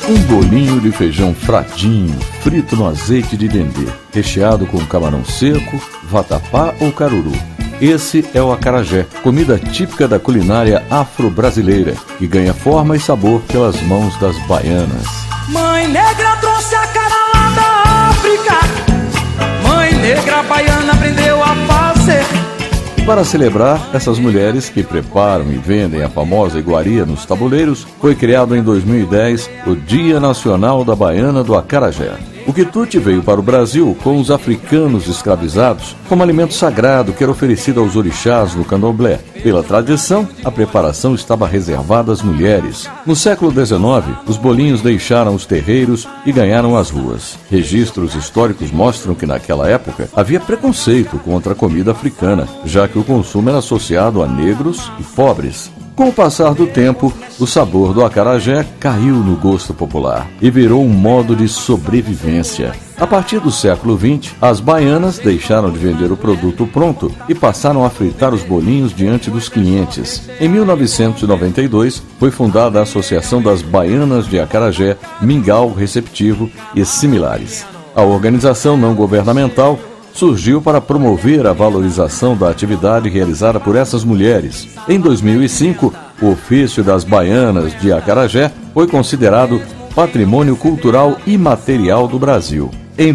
Um bolinho de feijão fradinho, frito no azeite de dendê, recheado com camarão seco, vatapá ou caruru. Esse é o acarajé, comida típica da culinária afro-brasileira, que ganha forma e sabor pelas mãos das baianas. Mãe negra trouxe a cara lá da África, mãe negra baiana aprendeu a fazer. Para celebrar essas mulheres que preparam e vendem a famosa iguaria nos tabuleiros, foi criado em 2010 o Dia Nacional da Baiana do Acarajé. O quitute veio para o Brasil com os africanos escravizados como alimento sagrado que era oferecido aos orixás no candomblé. Pela tradição, a preparação estava reservada às mulheres. No século XIX, os bolinhos deixaram os terreiros e ganharam as ruas. Registros históricos mostram que naquela época havia preconceito contra a comida africana, já que o consumo era associado a negros e pobres. Com o passar do tempo, o sabor do acarajé caiu no gosto popular e virou um modo de sobrevivência. A partir do século XX, as baianas deixaram de vender o produto pronto e passaram a fritar os bolinhos diante dos clientes. Em 1992, foi fundada a Associação das Baianas de Acarajé, Mingau Receptivo e similares. A organização não governamental surgiu para promover a valorização da atividade realizada por essas mulheres. Em 2005, o ofício das baianas de acarajé foi considerado Patrimônio Cultural Imaterial do Brasil. Em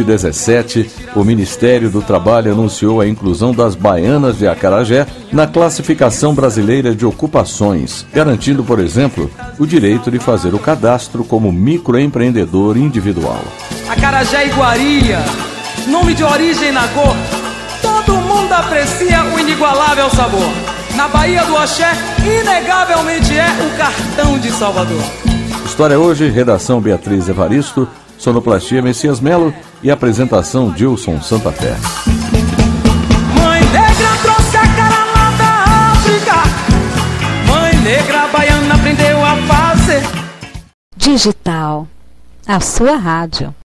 2017, o Ministério do Trabalho anunciou a inclusão das baianas de acarajé na Classificação Brasileira de Ocupações, garantindo, por exemplo, o direito de fazer o cadastro como microempreendedor individual. Acarajé iguaria, nome de origem na cor, todo mundo aprecia o inigualável sabor. Na Bahia do Axé, inegavelmente é o cartão de Salvador. História hoje, redação Beatriz Evaristo, sonoplastia Messias Melo e apresentação Dilson Santa Fé. Mãe negra trouxe a cara lá da África, mãe negra baiana aprendeu a fazer. Digital, a sua rádio.